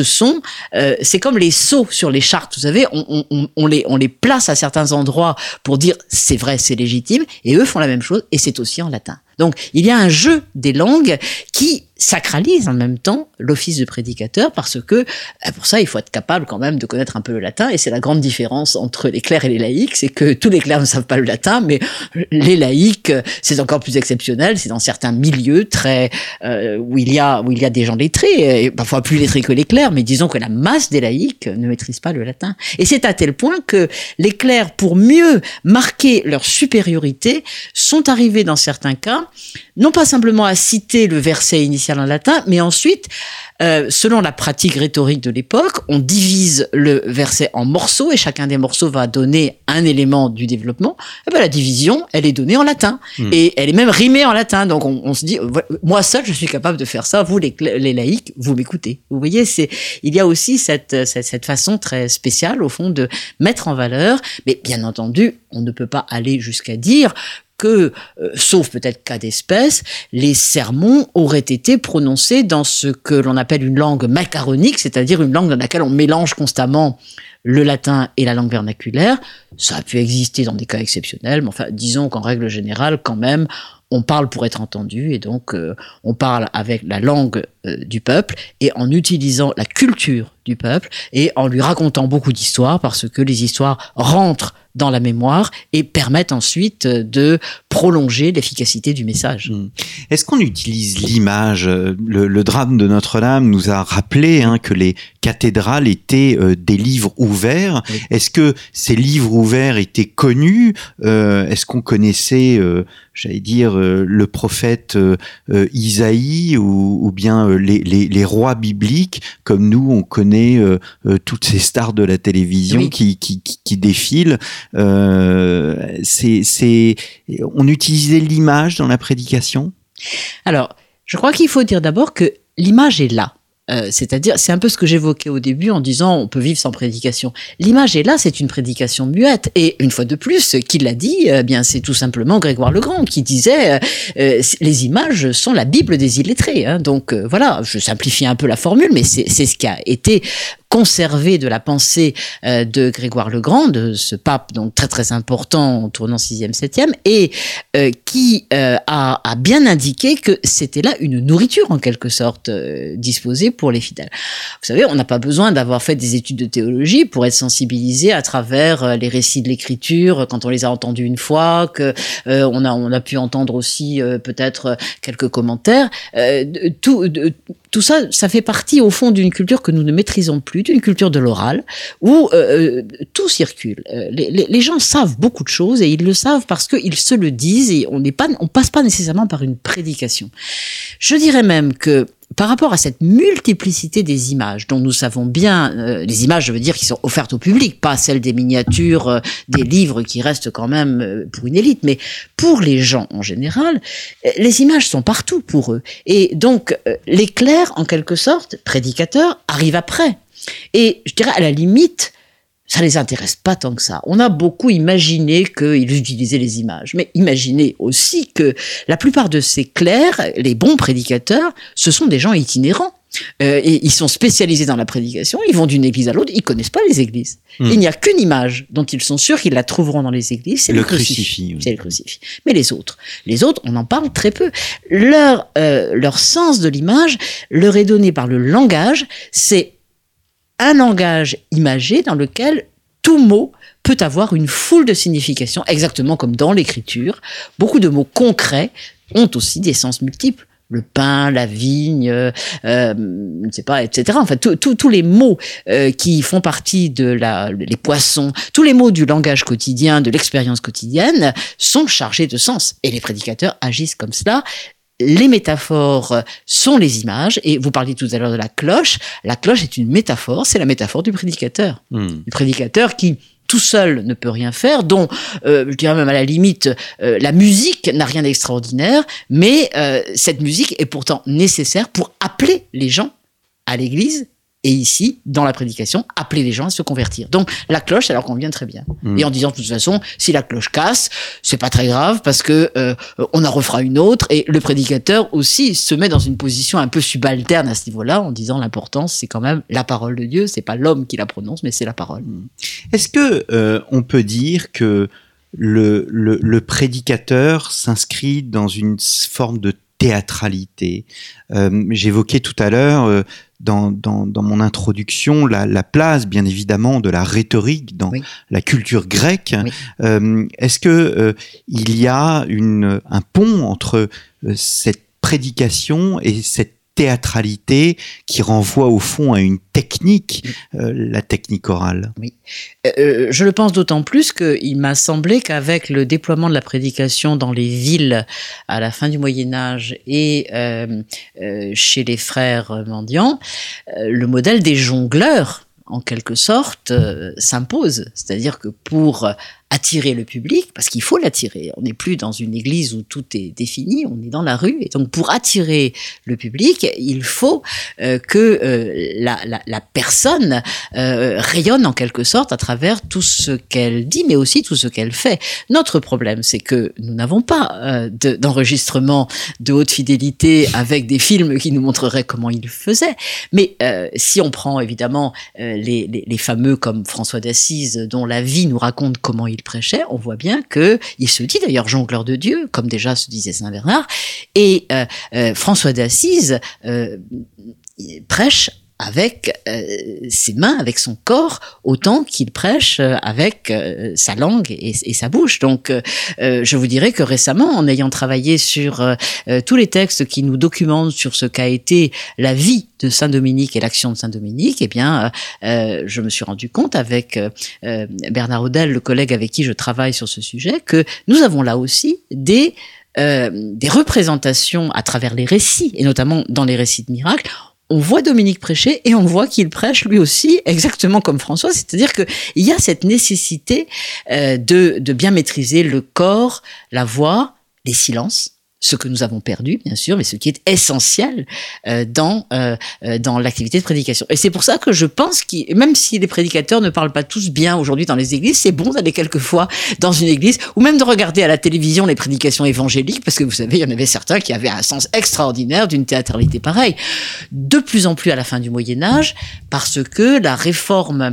C: c'est comme les sceaux sur les chartes. Vous savez, on les place à certains endroits pour dire c'est vrai, c'est légitime, et eux font la même chose, et c'est aussi en latin. Donc, il y a un jeu des langues qui sacralise en même temps l'office de prédicateur, parce que pour ça, il faut être capable quand même de connaître un peu le latin, et c'est la grande différence entre les clercs et les laïcs, c'est que tous les clercs ne savent pas le latin, mais les laïcs, c'est encore plus exceptionnel, c'est dans certains milieux très où il y a des gens lettrés, et parfois plus lettrés que les clercs, mais disons que la masse des laïcs ne maîtrise pas le latin. Et c'est à tel point que les clercs, pour mieux marquer leur supériorité, sont arrivés dans certains cas, non pas simplement à citer le verset initial en latin, mais ensuite, selon la pratique rhétorique de l'époque, on divise le verset en morceaux et chacun des morceaux va donner un élément du développement. Et ben, la division, elle est donnée en latin et elle est même rimée en latin. Donc on se dit, moi seul, je suis capable de faire ça. Vous, les laïcs, vous m'écoutez. Vous voyez, il y a aussi cette façon très spéciale au fond de mettre en valeur. Mais bien entendu, on ne peut pas aller jusqu'à dire que, sauf peut-être cas d'espèce, les sermons auraient été prononcés dans ce que l'on appelle une langue macaronique, c'est-à-dire une langue dans laquelle on mélange constamment le latin et la langue vernaculaire. Ça a pu exister dans des cas exceptionnels, mais enfin, disons qu'en règle générale, quand même, on parle pour être entendu, et donc on parle avec la langue du peuple, et en utilisant la culture du peuple, et en lui racontant beaucoup d'histoires, parce que les histoires rentrent dans la mémoire et permettent ensuite de prolonger l'efficacité du message.
B: Est-ce qu'on utilise l'image ? Le drame de Notre-Dame nous a rappelé que les cathédrales étaient des livres ouverts. Oui. Est-ce que ces livres ouverts étaient connus ? Est-ce qu'on connaissait, j'allais dire, le prophète Isaïe ou bien les rois bibliques, comme nous, on connaît toutes ces stars de la télévision oui. qui défilent. On utilisait l'image dans la prédication ?
C: Alors, je crois qu'il faut dire d'abord que l'image est là. C'est-à-dire, c'est un peu ce que j'évoquais au début en disant on peut vivre sans prédication. L'image est là, c'est une prédication muette. Et une fois de plus, qui l'a dit, bien c'est tout simplement Grégoire le Grand qui disait les images sont la Bible des illettrés. Donc voilà, je simplifie un peu la formule, mais c'est ce qui a été conservé de la pensée de Grégoire le Grand, de ce pape donc très très important au tournant 6e, 7e, et qui a bien indiqué que c'était là une nourriture en quelque sorte disposée pour les fidèles. Vous savez, on n'a pas besoin d'avoir fait des études de théologie pour être sensibilisé à travers les récits de l'écriture, quand on les a entendus une fois, que on a pu entendre aussi peut-être quelques commentaires. Tout ça, ça fait partie au fond d'une culture que nous ne maîtrisons plus, d'une culture de l'oral, où tout circule. Les gens savent beaucoup de choses, et ils le savent parce qu'ils se le disent, et on passe pas nécessairement par une prédication. Je dirais même que par rapport à cette multiplicité des images, dont nous savons bien, les images, je veux dire, qui sont offertes au public, pas celles des miniatures, des livres qui restent quand même pour une élite, mais pour les gens en général, les images sont partout pour eux. Et donc, les clercs, en quelque sorte, prédicateurs, arrivent après. Et je dirais, à la limite, ça les intéresse pas tant que ça. On a beaucoup imaginé qu'ils utilisaient les images, mais imaginez aussi que la plupart de ces clercs, les bons prédicateurs, ce sont des gens itinérants. Et ils sont spécialisés dans la prédication, ils vont d'une église à l'autre, ils connaissent pas les églises. Il n'y a qu'une image dont ils sont sûrs qu'ils la trouveront dans les églises, c'est le crucifix. C'est le crucifix. Mais les autres, on en parle très peu. Leur sens de l'image leur est donné par le langage, c'est un langage imagé dans lequel tout mot peut avoir une foule de significations, exactement comme dans l'écriture. Beaucoup de mots concrets ont aussi des sens multiples. Le pain, la vigne, je ne sais pas, etc. Enfin, tous les mots qui font partie les poissons, tous les mots du langage quotidien, de l'expérience quotidienne, sont chargés de sens. Et les prédicateurs agissent comme cela. Les métaphores sont les images, et vous parliez tout à l'heure de la cloche. La cloche est une métaphore, c'est la métaphore du prédicateur. Du prédicateur qui, tout seul, ne peut rien faire, dont, je dirais même à la limite, la musique n'a rien d'extraordinaire, mais cette musique est pourtant nécessaire pour appeler les gens à l'église et ici, dans la prédication, appeler les gens à se convertir. Donc, la cloche, ça leur convient très bien. Et en disant, de toute façon, si la cloche casse, c'est pas très grave parce que on en refera une autre. Et le prédicateur aussi se met dans une position un peu subalterne à ce niveau-là, en disant l'important, c'est quand même la parole de Dieu. C'est pas l'homme qui la prononce, mais c'est la parole.
B: Est-ce que on peut dire que le prédicateur s'inscrit dans une forme de théâtralité? J'évoquais tout à l'heure dans mon introduction la place, bien évidemment, de la rhétorique dans la culture grecque. Est-ce que il y a un pont entre cette prédication et cette théâtralité qui renvoie au fond à une technique, la technique orale?
C: Oui. Je le pense d'autant plus qu'il m'a semblé qu'avec le déploiement de la prédication dans les villes à la fin du Moyen-Âge et chez les frères mendiants, le modèle des jongleurs, en quelque sorte, s'impose. C'est-à-dire que pour attirer le public, parce qu'il faut l'attirer. On n'est plus dans une église où tout est défini, on est dans la rue. Et donc, pour attirer le public, il faut que la personne rayonne en quelque sorte à travers tout ce qu'elle dit, mais aussi tout ce qu'elle fait. Notre problème, c'est que nous n'avons pas d'enregistrement de haute fidélité avec des films qui nous montreraient comment il faisait. Mais si on prend évidemment les fameux comme François d'Assise, dont la vie nous raconte comment il prêchait, on voit bien que il se dit d'ailleurs jongleur de Dieu, comme déjà se disait Saint Bernard, et François d'Assise prêche avec ses mains, avec son corps, autant qu'il prêche avec sa langue et sa bouche. Donc, je vous dirais que récemment, en ayant travaillé sur tous les textes qui nous documentent sur ce qu'a été la vie de Saint-Dominique et l'action de Saint-Dominique, eh bien, je me suis rendu compte avec Bernard Hodel, le collègue avec qui je travaille sur ce sujet, que nous avons là aussi des représentations à travers les récits, et notamment dans les récits de miracles. On voit Dominique prêcher et on voit qu'il prêche lui aussi exactement comme François, c'est-à-dire que il y a cette nécessité de bien maîtriser le corps, la voix, les silences, ce que nous avons perdu, bien sûr, mais ce qui est essentiel dans l'activité de prédication. Et c'est pour ça que je pense que même si les prédicateurs ne parlent pas tous bien aujourd'hui dans les églises, c'est bon d'aller quelquefois dans une église ou même de regarder à la télévision les prédications évangéliques, parce que vous savez, il y en avait certains qui avaient un sens extraordinaire d'une théâtralité pareille. De plus en plus à la fin du Moyen-Âge, parce que la réforme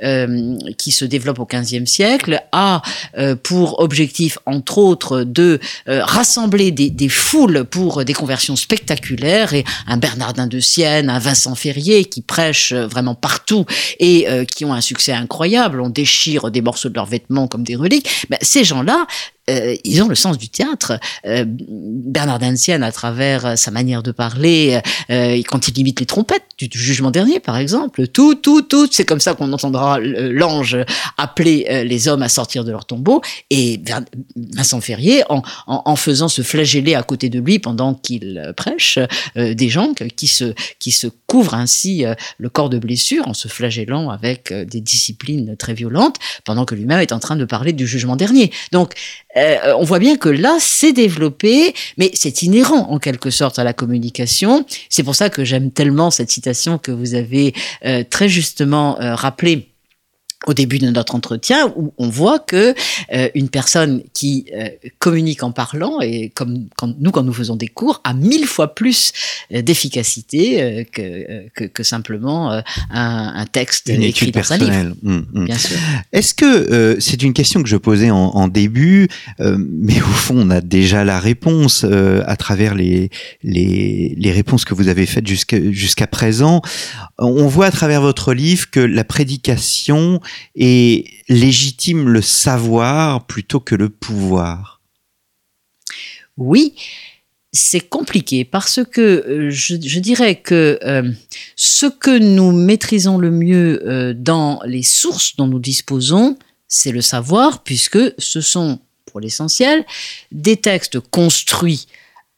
C: qui se développe au XVe siècle a pour objectif, entre autres, de rassembler des foules pour des conversions spectaculaires, et un Bernardin de Sienne, un Vincent Ferrier qui prêchent vraiment partout et qui ont un succès incroyable. On déchire des morceaux de leurs vêtements comme des reliques. Ben, ces gens-là, ils ont le sens du théâtre. Bernardin de Sienne, à travers sa manière de parler, quand il imite les trompettes du jugement dernier, par exemple, tout, c'est comme ça qu'on entendra l'ange appeler les hommes à sortir de leur tombeau. Et Vincent Ferrier, en faisant se flageller à côté de lui pendant qu'il prêche, des gens qui se couvrent ainsi le corps de blessures en se flagellant avec des disciplines très violentes, pendant que lui-même est en train de parler du jugement dernier. Donc, on voit bien que là, c'est développé, mais c'est inhérent en quelque sorte à la communication. C'est pour ça que j'aime tellement cette citation que vous avez très justement rappelée au début de notre entretien, où on voit que une personne qui communique en parlant, et comme quand nous faisons des cours, a 1000 fois plus d'efficacité que simplement un texte
B: une
C: écrit
B: étude
C: dans un livre.
B: Bien sûr. Est-ce que c'est une question que je posais en début, mais au fond on a déjà la réponse à travers les réponses que vous avez faites jusqu'à présent. On voit à travers votre livre que la prédication est légitime le savoir plutôt que le pouvoir.
C: Oui, c'est compliqué parce que je dirais que ce que nous maîtrisons le mieux dans les sources dont nous disposons, c'est le savoir, puisque ce sont, pour l'essentiel, des textes construits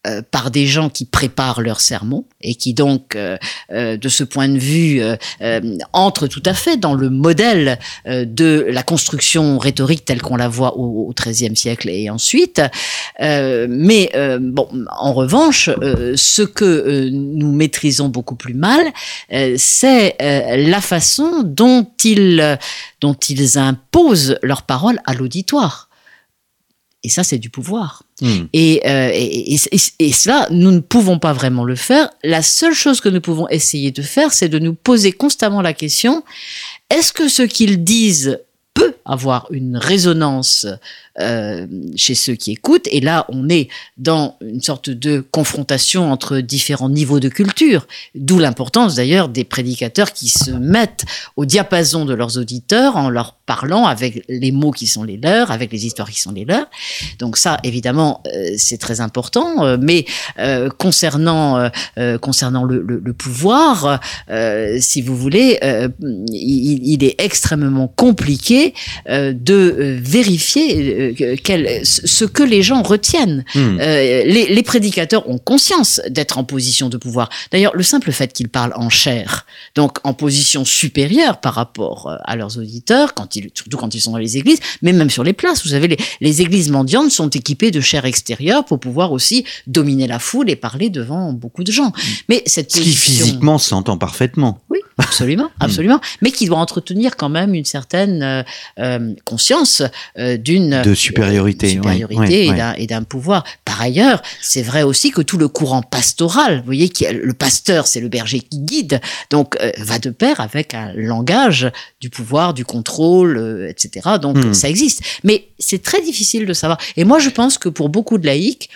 C: par des gens qui préparent leurs sermons et qui donc, de ce point de vue, entrent tout à fait dans le modèle de la construction rhétorique telle qu'on la voit au XIIIe siècle et ensuite. Mais en revanche, ce que nous maîtrisons beaucoup plus mal, c'est la façon dont ils imposent leur parole à l'auditoire. Et ça, c'est du pouvoir. Et cela, nous ne pouvons pas vraiment le faire. La seule chose que nous pouvons essayer de faire, c'est de nous poser constamment la question, est-ce que ce qu'ils disent peut avoir une résonance chez ceux qui écoutent, et là on est dans une sorte de confrontation entre différents niveaux de culture, d'où l'importance d'ailleurs des prédicateurs qui se mettent au diapason de leurs auditeurs en leur parlant avec les mots qui sont les leurs, avec les histoires qui sont les leurs. Donc ça évidemment c'est très important, mais concernant le pouvoir, si vous voulez, il est extrêmement compliqué de vérifier ce que les gens retiennent. Les prédicateurs ont conscience d'être en position de pouvoir. D'ailleurs, le simple fait qu'ils parlent en chair, donc en position supérieure par rapport à leurs auditeurs, surtout quand ils sont dans les églises, mais même sur les places. Vous savez, les églises mendiantes sont équipées de chair extérieure pour pouvoir aussi dominer la foule et parler devant beaucoup de gens. Mais cette position...
B: Ce qui physiquement s'entend parfaitement.
C: Oui, absolument, absolument. Mais qui doit entretenir quand même une certaine conscience de supériorité et d'un pouvoir. Par ailleurs, c'est vrai aussi que tout le courant pastoral, vous voyez, le pasteur, c'est le berger qui guide, donc va de pair avec un langage du pouvoir, du contrôle, etc. Donc ça existe. Mais c'est très difficile de savoir. Et moi, je pense que pour beaucoup de laïcs,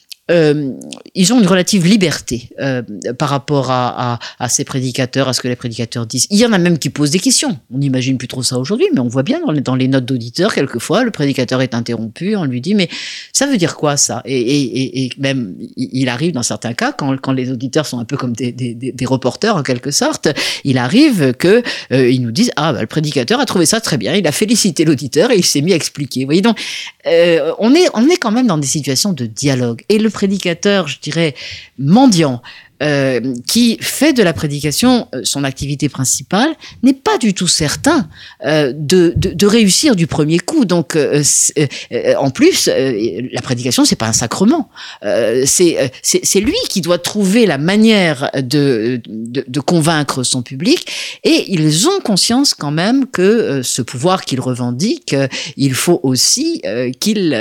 C: ils ont une relative liberté par rapport à ces prédicateurs, à ce que les prédicateurs disent. Il y en a même qui posent des questions. On n'imagine plus trop ça aujourd'hui, mais on voit bien dans les notes d'auditeurs, quelquefois, le prédicateur est interrompu, on lui dit, mais ça veut dire quoi ça ? Et même, il arrive dans certains cas, quand les auditeurs sont un peu comme des reporters en quelque sorte, il arrive que ils nous disent, le prédicateur a trouvé ça très bien, il a félicité l'auditeur et il s'est mis à expliquer. Vous voyez, donc, on est quand même dans des situations de dialogue. Et le prédicateur, je dirais, mendiant, qui fait de la prédication son activité principale, n'est pas du tout certain de réussir du premier coup. Donc, en plus, la prédication, c'est pas un sacrement. C'est lui qui doit trouver la manière de convaincre son public, et ils ont conscience quand même que ce pouvoir qu'ils revendiquent, il faut aussi qu'ils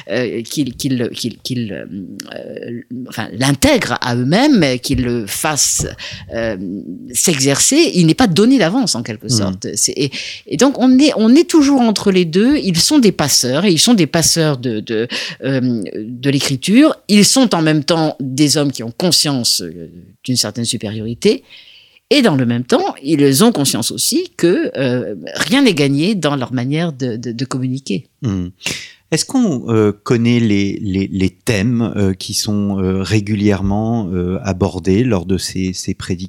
C: l'intègrent à eux-mêmes, qu'ils le fassent s'exercer. Il n'est pas donné d'avance en quelque sorte. Et donc on est toujours entre les deux. Ils sont des passeurs, et ils sont des passeurs de l'écriture. Ils sont en même temps des hommes qui ont conscience d'une certaine supériorité. Et dans le même temps, ils ont conscience aussi que rien n'est gagné dans leur manière de communiquer.
B: Est-ce qu'on connaît les thèmes qui sont régulièrement abordés lors de ces prédications ?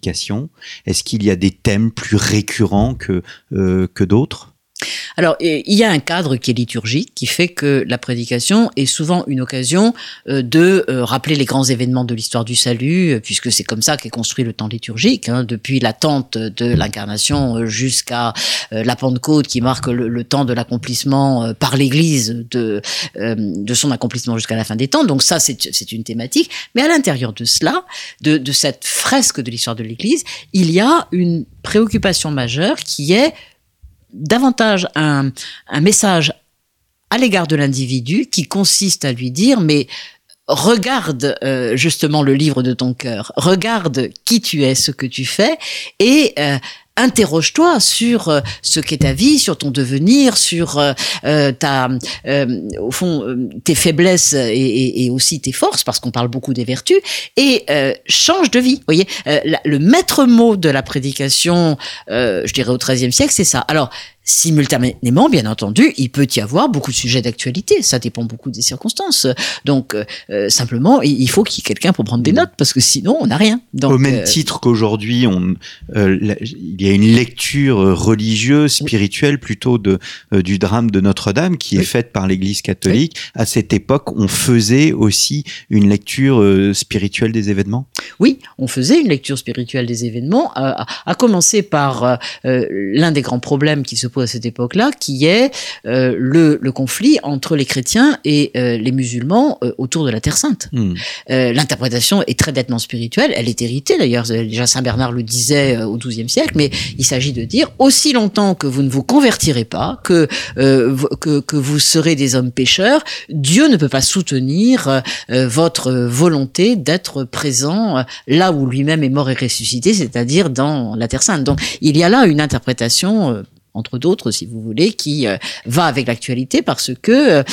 B: Est-ce qu'il y a des thèmes plus récurrents que d'autres ?
C: Alors, il y a un cadre qui est liturgique, qui fait que la prédication est souvent une occasion de rappeler les grands événements de l'histoire du salut, puisque c'est comme ça qu'est construit le temps liturgique, depuis l'attente de l'incarnation jusqu'à la Pentecôte, qui marque le temps de l'accomplissement par l'Église de son accomplissement jusqu'à la fin des temps. Donc ça, c'est une thématique. Mais à l'intérieur de cela, de cette fresque de l'histoire de l'Église, il y a une préoccupation majeure qui est davantage un message à l'égard de l'individu qui consiste à lui dire, mais regarde justement le livre de ton cœur, regarde qui tu es, ce que tu fais, et interroge-toi sur ce qu'est ta vie, sur ton devenir, sur au fond tes faiblesses et aussi tes forces, parce qu'on parle beaucoup des vertus, et change de vie. Vous voyez, le maître mot de la prédication, je dirais au XIIIe siècle, c'est ça. Alors, simultanément, bien entendu, il peut y avoir beaucoup de sujets d'actualité. Ça dépend beaucoup des circonstances. Donc, simplement, il faut qu'il y ait quelqu'un pour prendre des notes, parce que sinon, on n'a rien. Donc,
B: au même titre qu'aujourd'hui, il y a une lecture religieuse, spirituelle plutôt du drame de Notre-Dame qui est faite par l'Église catholique. À cette époque, on faisait aussi une lecture spirituelle des événements?
C: Oui, on faisait une lecture spirituelle des événements, à commencer par l'un des grands problèmes qui se pose à cette époque-là, qui est le conflit entre les chrétiens et les musulmans autour de la Terre Sainte. L'interprétation est très nettement spirituelle, elle est héritée d'ailleurs, déjà Saint Bernard le disait au XIIe siècle, mais il s'agit de dire, aussi longtemps que vous ne vous convertirez pas, que vous serez des hommes pécheurs, Dieu ne peut pas soutenir votre volonté d'être présent là où lui-même est mort et ressuscité, c'est-à-dire dans la Terre Sainte. Donc il y a là une interprétation entre d'autres, si vous voulez, qui va avec l'actualité parce que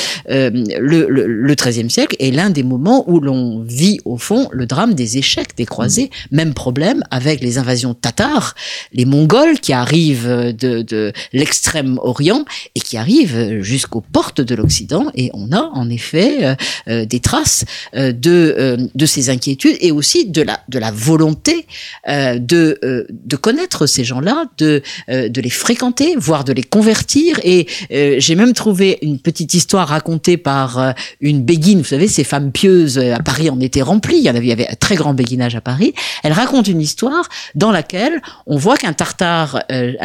C: le XIIIe siècle est l'un des moments où l'on vit, au fond, le drame des échecs des croisés. Même problème avec les invasions tatars, les Mongols qui arrivent de l'extrême-orient et qui arrivent jusqu'aux portes de l'Occident. Et on a, en effet, des traces de ces inquiétudes et aussi de la volonté de connaître ces gens-là, de les fréquenter, voire de les convertir. Et j'ai même trouvé une petite histoire racontée par une béguine. Vous savez, ces femmes pieuses à Paris en étaient remplies. Il y avait un très grand béguinage à Paris. Elle raconte une histoire dans laquelle on voit qu'un tatar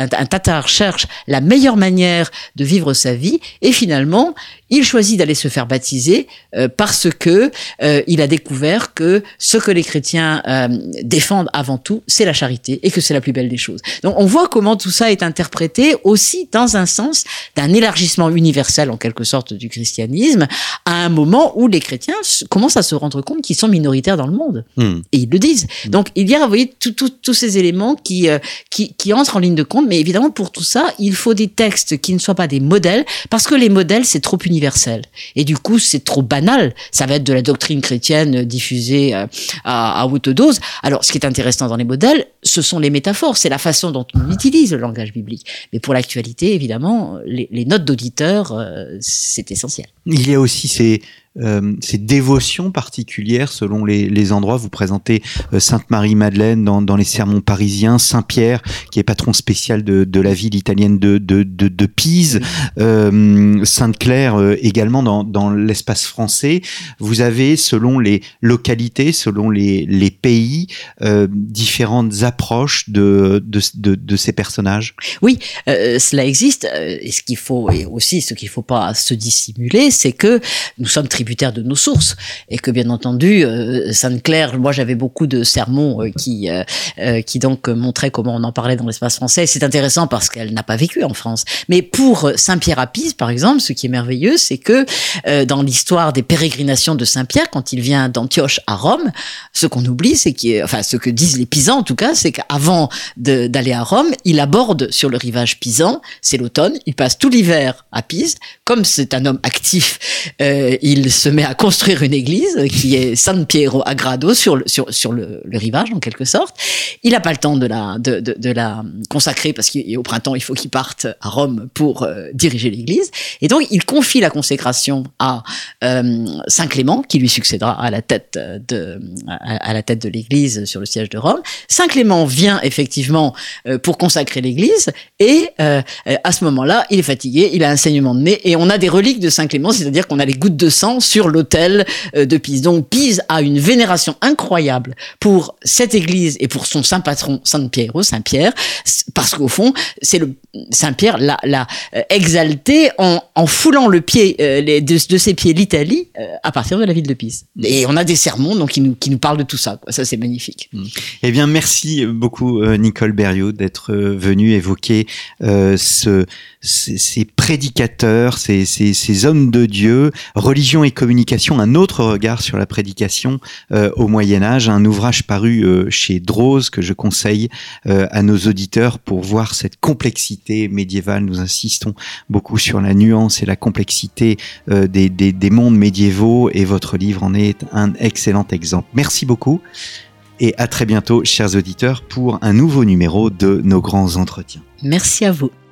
C: cherche la meilleure manière de vivre sa vie et finalement, il choisit d'aller se faire baptiser parce que il a découvert que ce que les chrétiens défendent avant tout, c'est la charité et que c'est la plus belle des choses. Donc on voit comment tout ça est interprété aussi dans un sens d'un élargissement universel en quelque sorte du christianisme à un moment où les chrétiens commencent à se rendre compte qu'ils sont minoritaires dans le monde. Et ils le disent. Donc il y a, vous voyez, tous ces éléments qui entrent en ligne de compte, mais évidemment pour tout ça, il faut des textes qui ne soient pas des modèles parce que les modèles c'est trop universel. Et du coup, c'est trop banal. Ça va être de la doctrine chrétienne diffusée à haute dose. Alors, ce qui est intéressant dans les modèles, ce sont les métaphores. C'est la façon dont on utilise le langage biblique. Mais pour l'actualité, évidemment, les notes d'auditeurs, c'est essentiel.
B: Il y a aussi ces dévotions particulières selon les endroits. Vous présentez Sainte Marie-Madeleine dans les sermons parisiens, Saint-Pierre qui est patron spécial de la ville italienne de Pise, Sainte-Claire également dans l'espace français. Vous avez, selon les localités, selon les pays, différentes approches de ces personnages.
C: Oui, cela existe. Et ce qu'il faut pas se dissimuler, c'est que nous sommes tributaires de nos sources et que bien entendu Sainte-Claire, moi j'avais beaucoup de sermons qui donc montraient comment on en parlait dans l'espace français. C'est intéressant parce qu'elle n'a pas vécu en France. Mais pour Saint-Pierre à Pise par exemple, ce qui est merveilleux, c'est que dans l'histoire des pérégrinations de Saint-Pierre, quand il vient d'Antioche à Rome, ce qu'on oublie, c'est ce que disent les Pisans en tout cas, c'est qu'avant d'aller à Rome, il aborde sur le rivage pisan, c'est l'automne, il passe tout l'hiver à Pise. Comme c'est un homme actif, il se met à construire une église qui est San Piero a Grado sur le rivage en quelque sorte. Il n'a pas le temps de la consacrer parce qu'au printemps il faut qu'il parte à Rome pour diriger l'église. Et donc il confie la consécration à Saint Clément qui lui succédera à la tête de l'église sur le siège de Rome. Saint Clément vient effectivement pour consacrer l'église et à ce moment-là il est fatigué, il a un saignement de nez et on a des reliques de Saint Clément, c'est-à-dire qu'on a les gouttes de sang sur l'autel de Pise. Donc Pise a une vénération incroyable pour cette église et pour son saint patron Saint-Pierre, parce qu'au fond, c'est Saint-Pierre l'a exalté en foulant le pied de ses pieds l'Italie à partir de la ville de Pise. Et on a des sermons donc qui nous parlent de tout ça, quoi. Ça c'est magnifique.
B: Eh bien merci beaucoup Nicole Berriot d'être venue évoquer ces prédicateurs, ces hommes de Dieu, religion et communication, un autre regard sur la prédication au Moyen-Âge, un ouvrage paru chez Droz que je conseille à nos auditeurs pour voir cette complexité médiévale. Nous insistons beaucoup sur la nuance et la complexité des mondes médiévaux et votre livre en est un excellent exemple. Merci beaucoup et à très bientôt, chers auditeurs, pour un nouveau numéro de Nos Grands Entretiens.
C: Merci à vous.